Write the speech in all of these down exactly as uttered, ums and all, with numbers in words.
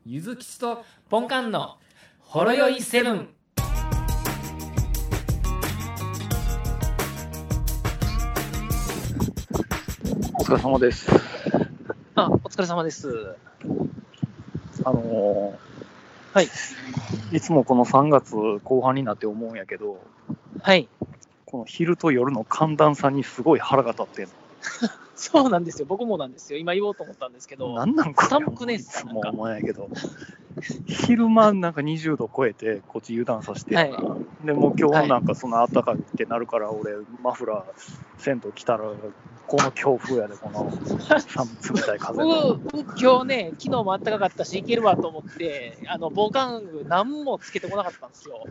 ゆずきちとポンカンのほろよいセブン。 お疲れ様です。 あ、お疲れ様です。 あのー、はい。 いつもこのさんがつこう半になって思うんやけど、 はい。 この昼と夜の寒暖差にすごい腹が立ってんの。 そうなんですよ。僕もなんですよ。今言おうと思ったんですけど。 なんなんこれ。 寒くねえっすか。 いつも思うんやけど。昼間なんかにじゅうど超えてこっち油断させて、はい、でもう今日なんかその暖かいってなるから、はい、俺マフラーせんと来たらこの強風やで、この寒冷たい風の今日ね、昨日も暖かかったしいけるわと思ってあの防寒具何もつけてこなかったんですよ。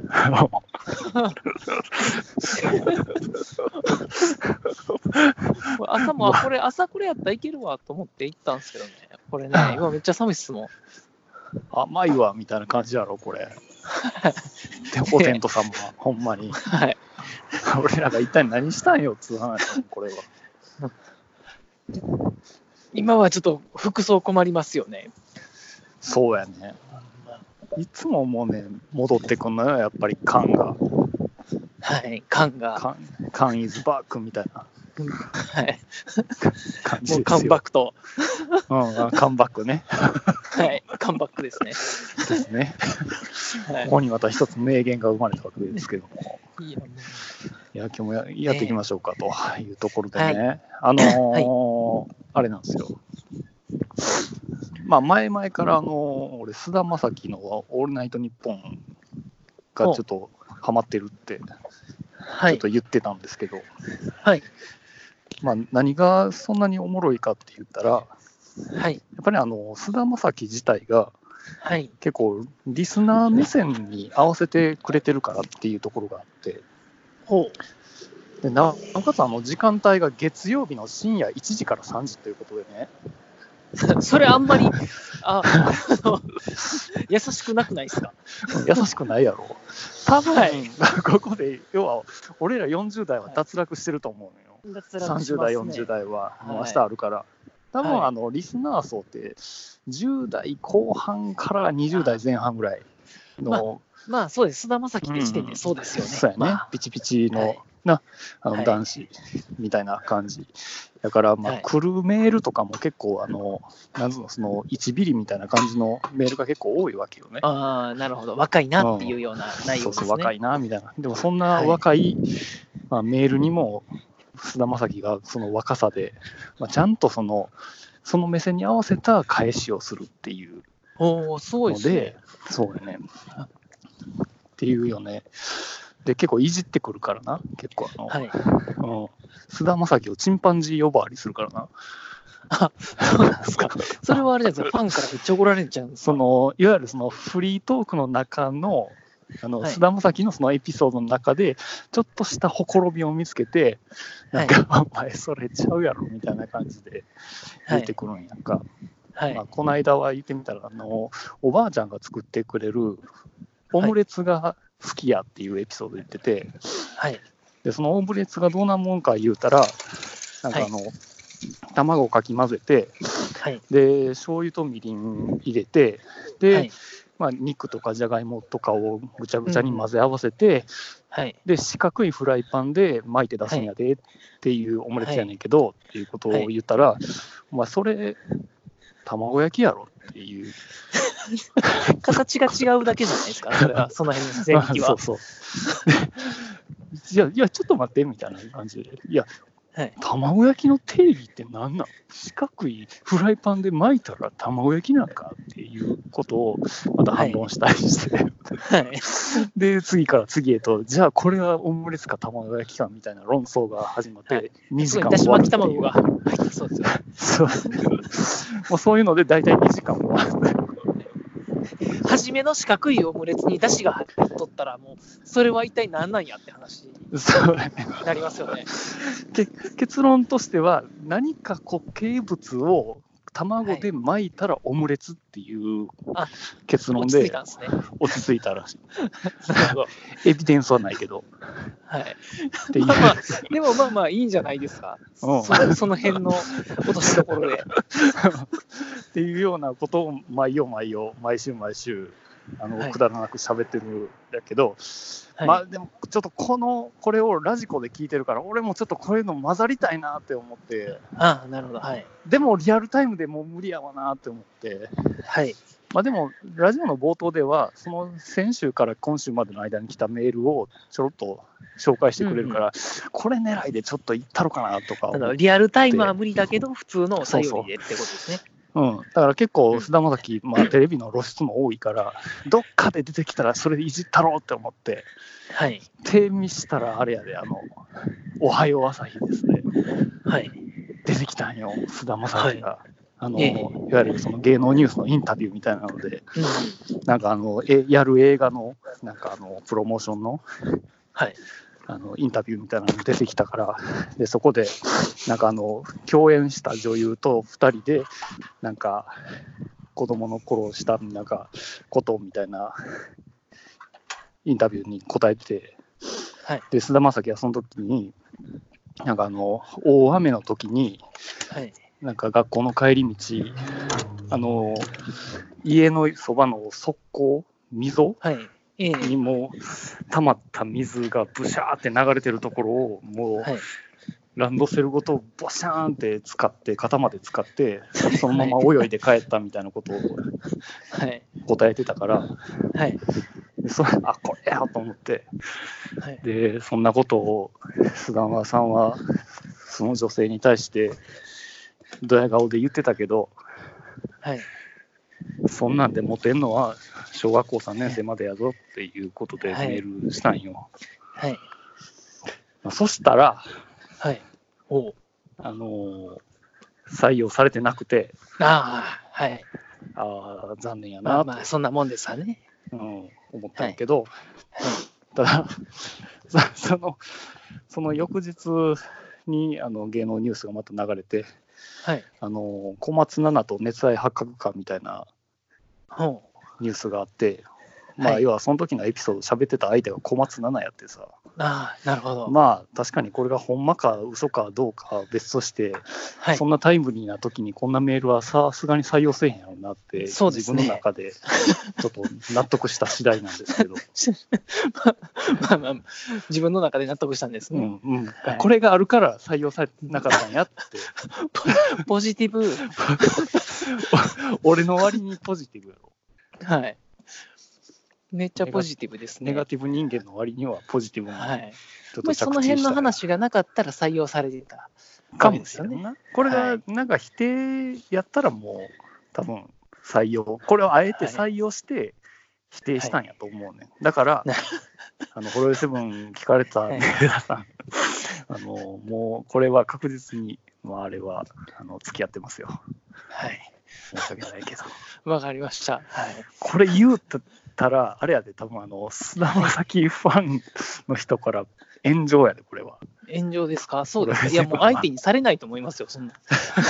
朝もこれ朝これやったらいけるわと思って行ったんですけどね、これね今めっちゃ寒いっすもん。 甘いわみたいな感じやろこれ。でおテントさんもほんまに、はい、俺らが一体何したんよっつう話これは。 今はちょっと服装困りますよね。 そうやね。いつももうね戻ってくんのよやっぱり缶が。 はい缶が。 缶缶イズバックみたいな。 はい。 感じですよ。もうカムバックと。 うん、カムバックね。 はい、カムバックですね。 ですね。はい、ここにまた一つ名言が生まれたわけですけども。いや、いや今日も や, やっていきましょうかというところでね。はい、あのーはい、あれなんですよ。まあ前々からあのー、俺菅田将暉のオールナイトニッポンがちょっとハマってるって。ちょっと言ってたんですけど、 はい、 まあ、何がそんなにおもろいかって言ったら、 はい、 やっぱりあの菅田将暉自体が、 はい、 結構リスナー目線に合わせてくれてるからっていうところがあって、 ほうで な, なおかつあの時間帯が月曜日の深夜いちじからさんじということでね。 それあんまりああ優しくなくないですか。 優しくないやろ多分、はい、ここで要は俺らよんじゅう代は脱落してると思うのよ、はい、さんじゅう代よんじゅう代はもう明日あるから、はい、多分、はい、あのリスナー層ってじゅう代後半からにじゅう代前半ぐらいの、まあ、 まあそうです。菅田将暉って時点でそうですよね、 うん、そうやね、まあ、ピチピチの、はいなあの男子みたいな感じ、はい、だから、まあ、来るメールとかも結構あのなんつうのそのいちビリみたいな感じのメールが結構多いわけよね。 ああなるほど、若いなっていうような内容ですね、うん、そうそう若いなみたいな。でもそんな若い、はいまあ、メールにも菅田将暉がその若さで、まあ、ちゃんとそのその目線に合わせた返しをするっていうおーすごいですね。 そうやねっていうよね。で結構いじってくるからな、結構あの、はいうん、菅田将暉をチンパンジー呼ばわりするからな。 あ、そうなんですか。それはあれじゃないですか、ファンからめっちゃ怒られちゃうんですか。 そのいわゆるそのフリートークの中のあの、はい、菅田将暉のそのエピソードの中でちょっとしたほころびを見つけて、なんか、はい、お前それちゃうやろみたいな感じで言ってくるんやんか。はいまあ、この間は言ってみたらあのおばあちゃんが作ってくれるオムレツが好きやっていうエピソード言ってて、はい、でそのオムレツがどんなもんか言うたらなんかあの、はい、卵をかき混ぜて、はい、で醤油とみりん入れてで、はいまあ、肉とかじゃがいもとかをぐちゃぐちゃに混ぜ合わせて、うんはい、で四角いフライパンで巻いて出すんやでっていうオムレツやねんけど、はい、っていうことを言ったら、はい、お前それ卵焼きやろっていう形が違うだけじゃないですか、それは、その辺の線引きは。 そうそういや、いや、ちょっと待ってみたいな感じで、いや、はい、卵焼きの定義って何なん？四角いフライパンで巻いたら卵焼きなんかっていうことをまた反論したりして、はいはい、で、次から次へと、じゃあこれはオムレツか卵焼きかみたいな論争が始まって、はい、にじかん終わるっていう。だし巻き卵が入ってそうですよね。そうもうそういうので大体にじかん終わる。 初めの四角いオムレツに出汁が入っとったらもうそれは一体何なんやって話になりますよね。 結論としては何か固形物を卵で巻いたらオムレツっていうあ結論落ち着いでたんですね。 落ち着いたらしい。 なるほど。 エビデンスはないけど。 はい。 っていうまあまあ、でもまあまあいいんじゃないですか。 うんそその辺の落としどころで。 っていうようなことを毎夜毎夜毎週毎週あの、 はいくだらなく喋ってるんだけど、 はい、 まあでもちょっとこのこれをラジコで聞いてるから俺もちょっとこういうの混ざりたいなって思って、 ああ、なるほど。はい。 でもリアルタイムでもう無理やわなって思って、 はい。 まあでもラジオの冒頭ではその先週から今週までの間に来たメールをちょろっと紹介してくれるから、うんうん、これ狙いでちょっといったろかなとか思って。 リアルタイムは無理だけど普通のお便りでってことですね。 そうそううん、だから結構、菅田将暉、まあ、テレビの露出も多いから、どっかで出てきたら、それでいじったろうって思って、 はい。 手見したら、あれやで、あの、おはよう朝日ですね。 はい。 出てきたんよ、菅田将暉が。はい、あの、 ええ、 いわゆるその芸能ニュースのインタビューみたいなので、うん、なんかあの、えやる映画の、なんかあの、プロモーションの、 はい。 あのインタビューみたいなのが出てきたから、でそこでなんかあの共演した女優とふたりでなんか子供の頃したなんかことみたいなインタビューに答えてて、 はい、 で菅田将暉はその時になんかあの大雨の時に、 はい、 なんか学校の帰り道あの家のそばの側溝溝、はいにも溜まった水がブシャーって流れてるところをもう、はい、ランドセルごとボシャーンって使って肩まで使ってそのまま泳いで帰ったみたいなことを答えてたから、はい、でそれあこれやと思って、はい、でそんなことを菅田さんはその女性に対してドヤ顔で言ってたけど、はい、そんなんでモテんのは小学校さんねん生までやぞっていうことでメールしたんよ。はいはい、まあ、そしたら、はい、おあのー、採用されてなくて、ああ、はい、あ残念やなと、まあ、まあそんなもんですわね、うん、思ったんやけど、はい、ただそのその翌日にあの芸能ニュースがまた流れて、はい、あの小松菜奈と熱愛発覚かみたいなニュースがあって、まあ、はい、要はその時のエピソード喋ってた相手が小松菜奈やってさ、あなるほど、まあ確かにこれがほんまか嘘かどうかは別として、はい、そんなタイムリーな時にこんなメールはさすがに採用せえへんやろうなって、そうですね、自分の中でちょっと納得した次第なんですけどまあまあ自分の中で納得したんですね、うんうんはい、これがあるから採用されなかったんやってポジティブ俺の割にポジティブやろ。はい。めっちゃポジティブですね。ネガティブ人間の割にはポジティブな。はい。ちょっとその辺の話がなかったら採用されてたかもですよね。これがなんか否定やったらもう多分採用。これをあえて採用して否定したんやと思うね。はい、だから、あのホロヨイセブン聞かれた皆さん、はい、あのもうこれは確実に、まあ、あれはあの付き合ってますよ。はい。申し訳ないけど。わかりました。はい、これ言うたら、あれやで、多分あの菅田将暉ファンの人から炎上やで、これは。炎上ですか？そうです。いや、もう相手にされないと思いますよ、そんな。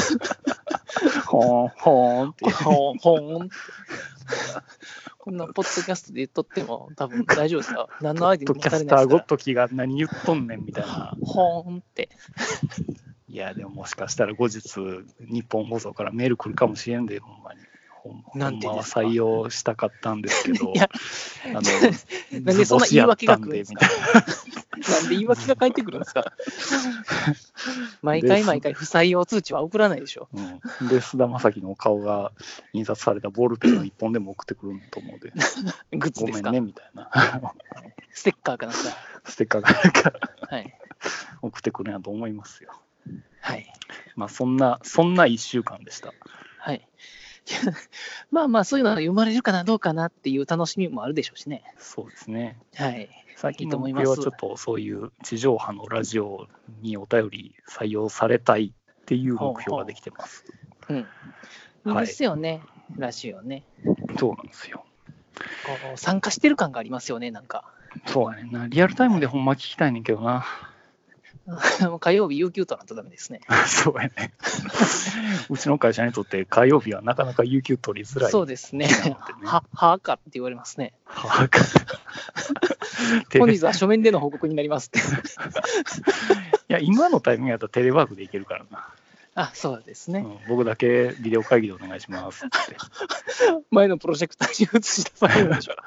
ほーん、ほーんって。ほーん、ほーんって。こんなポッドキャストで言っとっても、多分大丈夫ですか？何の相手にもされないですから。ポッドキャスターごときが何言っとんねんみたいな。ほーんって。いや、でももしかしたら後日、日本放送からメール来るかもしれんで、ほんまに。ほんまは採用したかったんですけど、いやあのなんでそんな言い訳が来るんですか？なんで言い訳が返ってくるんですか？毎回毎回不採用通知は送らないでしょ。うん、で、菅田将暉の顔が印刷されたボールペンを一本でも送ってくると思うで、グッズですか？ごめんねみたいな。ステッカーかなんか。ステッカーかなんか、はい、送ってくるんやと思いますよ。はい。まあそんなそんないっしゅうかんでした。はい。まあまあそういうのが生まれるかなどうかなっていう楽しみもあるでしょうしね。そうですね。はい。最近の目標はちょっとそういう地上波のラジオにお便り採用されたいっていう目標ができてます。ほうほううん。いいですよね、はい、ラジオね。そうなんですよ。こう参加してる感がありますよね、なんか。そうだね。リアルタイムでほんま聞きたいねんけどな。 火曜日、有給取らんとダメですね。 そうやね。うちの会社にとって火曜日はなかなか有給取りづらい、 そうですね。は、はかって言われますね。 はか。 本日は書面での報告になりますって。 いや、今のタイミングやったらテレワークでいけるからな。 あ、そうですね、 うん。僕だけビデオ会議でお願いしますって。 前のプロジェクターに映し出されるでしょ。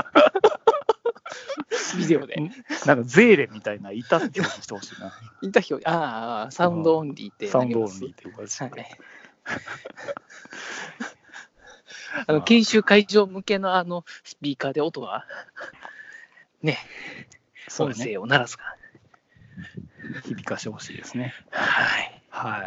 ビデオで。 なんかゼーレみたいな板って表示してほしいな。 板表、ああ、サウンドオンリーってサウンドオンリーって言われて、はい、 あの研修会場向けのあのスピーカーで音がね、音声を鳴らすから、 ね、響かしてほしいですね。 はい。 はい。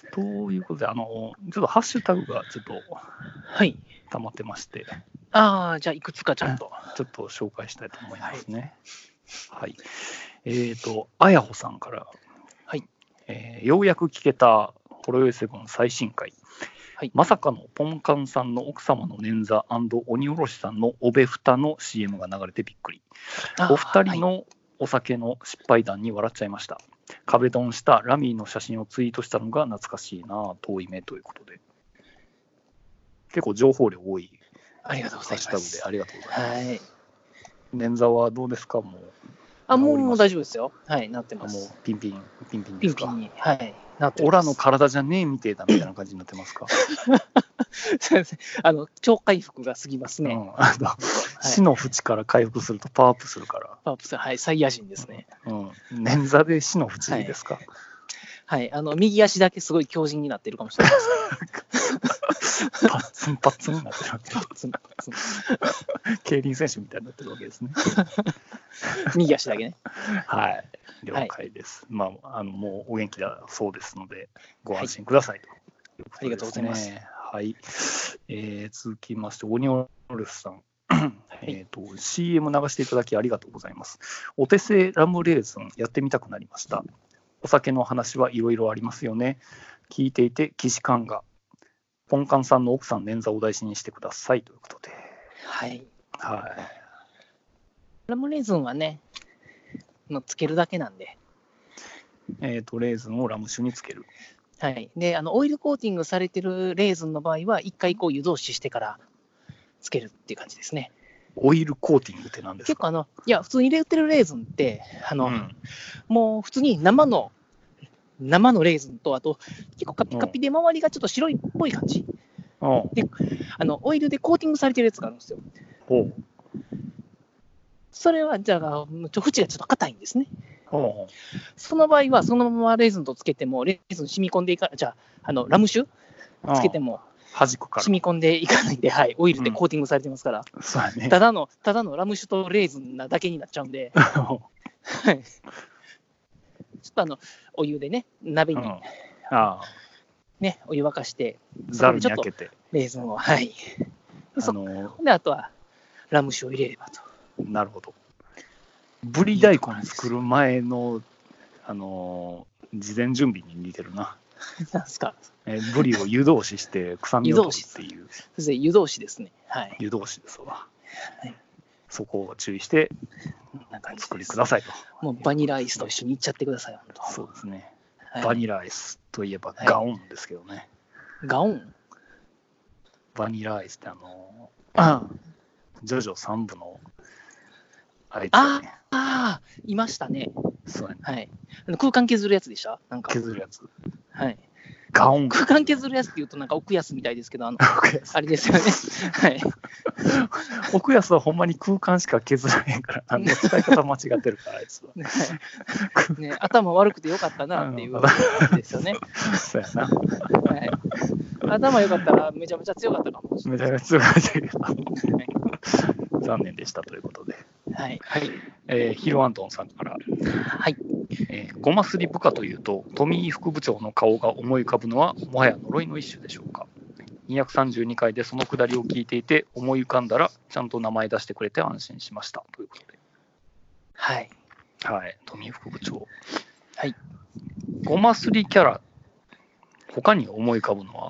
ということで、あの、ちょっとハッシュタグがちょっと溜まってまして。はい、 ああ、じゃあいくつかちょっと。 ちょっと紹介したいと思いますね。はい。はい、えっ、ー、と、あやほさんから、 はいえー、ようやく聞けたほろよいセブン最新回。はい、まさかのポンカンさんの奥様の捻挫&鬼おろしさんのおべふたの シーエム が流れてびっくり。お二人のお酒の失敗談に笑っちゃいました。壁ドンしたラミーの写真をツイートしたのが懐かしいな、遠い目ということで。結構情報量多い。 ありがとうございます。 ハッシュタグでありがとうございます。 はい。 捻挫はどうですか？もう。 あ、もう大丈夫ですよ。はい、なってます。 もうピンピン、ピンピンですか？ ピンピンに。はい。なってます。 オラの体じゃねえみてえだみたいな感じになってますか？ あの、超回復が過ぎますね。 うん、あの、はい、死の淵から回復するとパワーアップするから。 パワーアップする。はい、サイヤ人ですね。 うん。捻挫で死の淵ですか？ はい、はい。あの、右足だけすごい強靭になってるかもしれないです。 パッツンパッツンになってるわけ。パッツンパッツン。競輪選手みたいになってるわけですね。 右足だけね。 はい。了解です。はい、まあ、あの、もうお元気だそうですので、ご安心くださいと、はい、 ありがとうございます。 はい。えー、続きまして、オニオルスさん。えっと、シーエム 流していただきありがとうございます。お手製ラムレーズンやってみたくなりました。お酒の話はいろいろありますよね。聞いていて、既視感が。ポンカンさんの奥さん捻挫を大事にしてくださいということで。 はい。 はい。 ラムレーズンはね、のつけるだけなんで。 えっと、レーズンをラム酒につける。 はい。で、あの、オイルコーティングされてるレーズンの場合は、一回こう湯通ししてからつけるっていう感じですね。 オイルコーティングって何ですか？ 結構あの、いや、普通に入れてるレーズンって、あの、うん、もう普通に生の、生のレーズンと、あと、結構カピカピで周りがちょっと白いっぽい感じ。うん、で、あの、オイルでコーティングされてるやつがあるんですよ。 ほう。 それは、じゃあ、縁がちょっと硬いんですね。 ほう。 その場合は、そのままレーズンとつけても、レーズン染み込んでいか、じゃあ、あの、ラム酒つけても、 弾くから染み込んでいかないんで、はい、オイルでコーティングされてますから、 うん、そうやね、 ただの、ただのラム酒とレーズンなだけになっちゃうんで、はい、ちょっとあの、お湯でね、鍋に、うん、ああね、お湯沸かして、 ざるに開けて、 レーズンを、はい。で、あのー、であとは、ラム酒を入れればと。 なるほど。ぶり大根作る前の、あのー、事前準備に似てるな。 なんですか。 えー、ぶりを湯通しして臭みを取るっていう。 先生、湯通しですね。はい。 湯通しですわ。はい、そこを注意してお作りくださいと。 もうバニラアイスと一緒にいっちゃってください。本当。 そうですね。はい、バニラアイスといえばガオンですけどね。はい、 ガオン？ バニラアイスってあのー、ジョジョさん部のあいつだね。 ああ、いましたね。 そうやね。 はい。空間削るやつでした？なんか削るやつ。 はい。 ガオン。 空間削るやつっていうとなんか奥安みたいですけど、あの、あれですよね。はい。 奥安はほんまに空間しか削らへんから、あの使い方間違ってるからあいつは。 ねね、頭悪くてよかったなっていうですよね。 そうやな。 はい。頭良かったらめちゃめちゃ強かったかもしれない。 めちゃめちゃ強かったけど。残念でしたということで。 はい。 はい。えー、ヒルアントンさんから。 はい。 えー、ごますり部下というと、富井副部長の顔が思い浮かぶのは、もはや呪いの一種でしょうか。にひゃくさんじゅうにかいでそのくだりを聞いていて、思い浮かんだら、ちゃんと名前出してくれて安心しましたということで。 はい。 はい。富井副部長。 はい。 ごますりキャラ、他に思い浮かぶのは？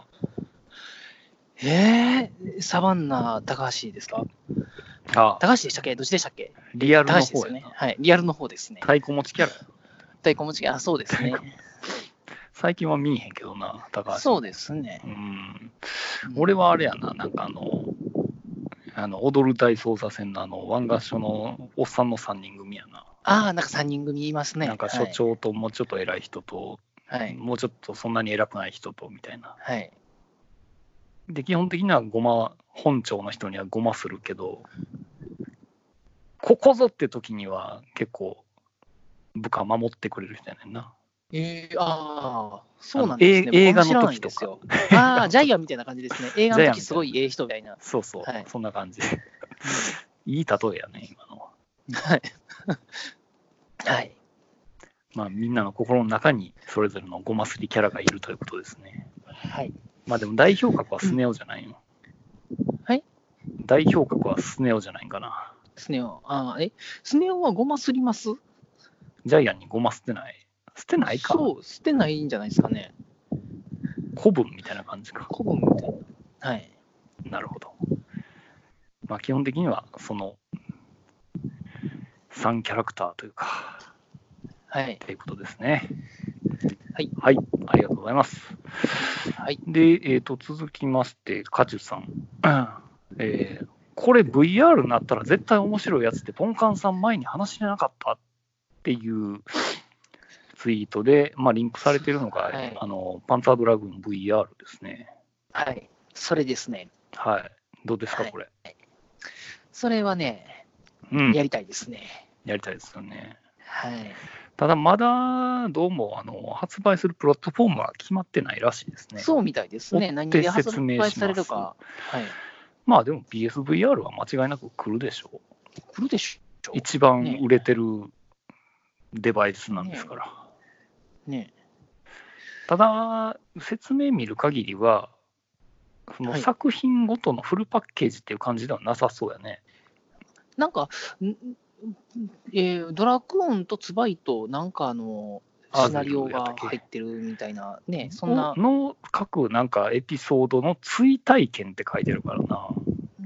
えー、サバンナ高橋ですか？ああ、高橋でしたっけ？どっちでしたっけ？ リアルの方ですよね。はい、リアルの方ですね。 太鼓持ちキャラ。 太鼓持ち、あ、そうですね。 最近は見えへんけどな、高橋。 そうですね。 うん。 うん俺はあれやな、なんかあの、あの踊る大捜査線のあの、湾岸署のおっさんのさんにん組やな。 ああ、なんかさんにん組いますね。 なんか所長ともうちょっと偉い人と、 はい。 もうちょっとそんなに偉くない人とみたいな。 はい。 で、基本的にはごま、本庁の人にはごまするけど、ここぞって時には結構部下守ってくれる人やねんな。 えー、ああ、そうなんですね。 映画僕も知らの時とないんですよか。 ああ、ジャイアンみたいな感じですね。映画の時すごいええ人みたいな。 そうそう、 はいそんな感じ。いい例えやね、今のは。 はい。はい。 まあ、みんなの心の中にそれぞれのごますりキャラがいるということですね。 はい。 まあでも代表格はスネ夫じゃないの。 はい。 代表格はスネ夫じゃないんかな。 スネ夫、ああ、え、スネ夫はごますります？ ジャイアンにごま捨てない。捨てないか。 そう、捨てないんじゃないですかね。 古文みたいな感じか。 古文みたいな。はい。 なるほど。まあ基本的にはそのさんキャラクターというか、 はい。 ということですね。 はい。 はい。ありがとうございます。 はい。 で、えっ、ー、と、続きまして、カチュさん。えー、これ ブイアール になったら絶対面白いやつってポンカンさん前に話してなかったっていうツイートで、まあ、リンクされているのが、はい、あのパンツァードラグーン ブイアール ですね。 はい。それですね。 はい。どうですか、 はい、 これ。 それはね、うん、やりたいですね。 やりたいですよね。 はい。 ただ、まだどうもあの発売するプラットフォームは決まってないらしいですね。 そうみたいですね。何で発売されるか。はい。 まあでも ピーエスブイアール は間違いなく来るでしょう。 来るでしょう。 一番売れてるデバイスなんですから。 ね。ねただ、説明見る限りは、その作品ごとのフルパッケージっていう感じではなさそうやね。 なんか、えー、ドラクオンとツバイと、なんかあの、シナリオが入ってるみたいな、ね、そんな。 の各なんかエピソードの追体験って書いてるからな。 うん、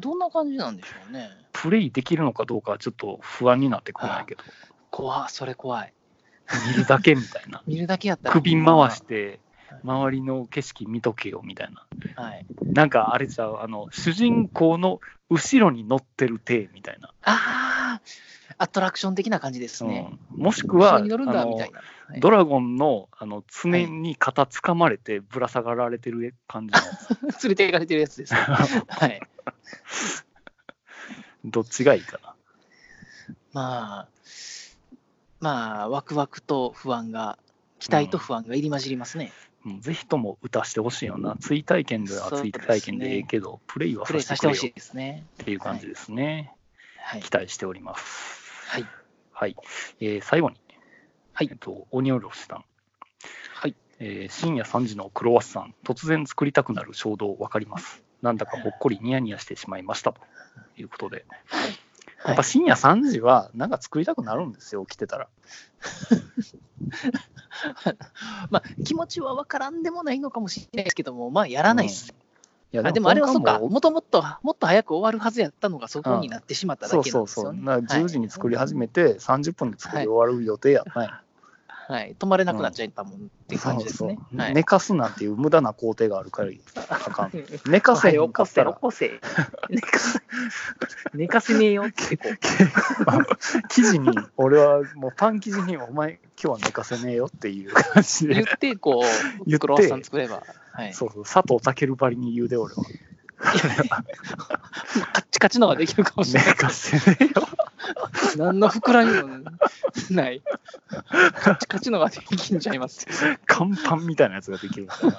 どんな感じなんでしょうね。 プレイできるのかどうかはちょっと不安になってこないけど。 怖い、それ怖い。 見るだけみたいな。 見るだけやったら。 首回して、周りの景色見とけよみたいな。はい、なんかあれちゃう、あの、主人公の後ろに乗ってる体みたいな。 ああ、アトラクション的な感じですね。 うん、もしくは、ドラゴンのあの常に肩つかまれてぶら下がられてる感じの。 連れて行かれてるやつです、ね。はい。 どっちがいいかな。 まあ、まあ、ワクワクと不安が、期待と不安が入り混じりますね。 うん、ぜひとも打たしてほしいよな。追体験では追体験でええけど、ね、プレイはさせてほしいですね。っていう感じですね。はい、期待しております。 はい。 はい。えー、最後に、 はい。 えっと、鬼おろしさん。 はい。 えー、深夜さんじのクロワッサン、突然作りたくなる衝動分かります。なんだかほっこりニヤニヤしてしまいましたということで。やっぱ深夜さんじはなんか作りたくなるんですよ、起きてたら。 まあ、気持ちは分からんでもないのかもしれないですけども、まあ、やらないっす。うん、いやで も, あでもあれはそうか、もともともっと早く終わるはずやったのがそこになってしまっただけなんですよね。そうそうそう。 じゅうじに作り始めてさんじゅっぷんで作り終わる予定やったんや。 はいはい、止まれなくなっちゃったもんっていう感じですね。 そうそう、はい、寝かすなんていう無駄な工程があるからあかん。寝かせへんかったら。 起こせ、起こせ。寝かせ、寝かせねえよってこう。 記事に、俺はもうパン生地に、お前、今日は寝かせねえよっていう感じで。 言って、こう、クロワッサン作れば。 はい、そうそう、佐藤健ばりに言うで、俺は。 カッチカチのができるかもしれない。 寝かせねえよ。 何の膨らみもない。カチカチのができんちゃいます。 乾パンみたいなやつができるから。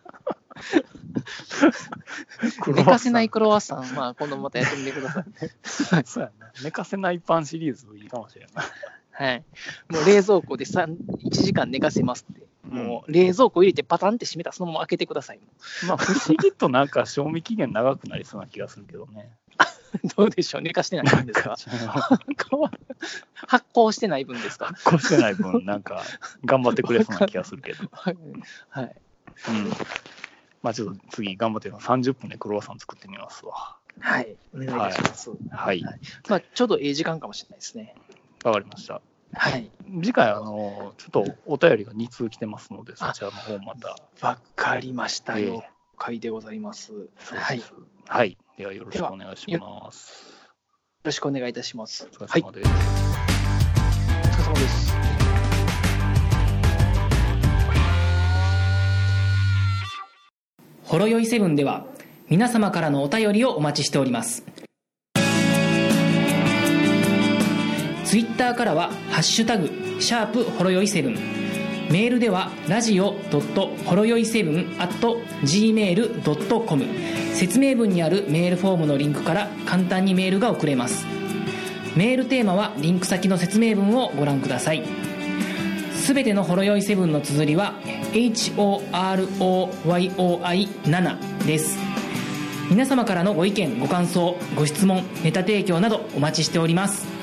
寝かせないクロワッサン、まあ今度またやってみてください。 そうやな。寝かせないパンシリーズいいかもしれない。 はい。もう冷蔵庫でいちじかん寝かせますって。もう冷蔵庫入れてパタンって閉めたらそのまま開けてください。 まあ不思議となんか賞味期限長くなりそうな気がするけどね。 どうでしょう、寝かしてない分ですか。発酵してない分ですか。 発酵してない分、なんか頑張ってくれそうな気がするけど。 はい。はい、うん。 まあちょっと次頑張ってさんじゅっぷんでクロワッサン作ってみますわ。 はい。お願いします。 はい。はい、 まあちょうどいい時間かもしれないですね。 わかりました。 はい。 次回、あの、ちょっとお便りがに通来てますので、そちらの方また。 わかりましたよ。了解でございます。 はい。はい。では、よろしくお願いします。 よろしくお願いいたします。 お疲れ様です。 はい、お疲れ様です。 ほろよいセブンでは皆様からのお便りをお待ちしております。ツイッターからはハッシュタグシャープほろよいセブン、メールではラジオドットほろよいセブンアットジーメールドットコム、説明文にあるメールフォームのリンクから簡単にメールが送れます。メールテーマはリンク先の説明文をご覧ください。すべてのほろよいセブンの綴りは エイチオーアールオーワイオーアイセブン です。皆様からのご意見ご感想ご質問ネタ提供などお待ちしております。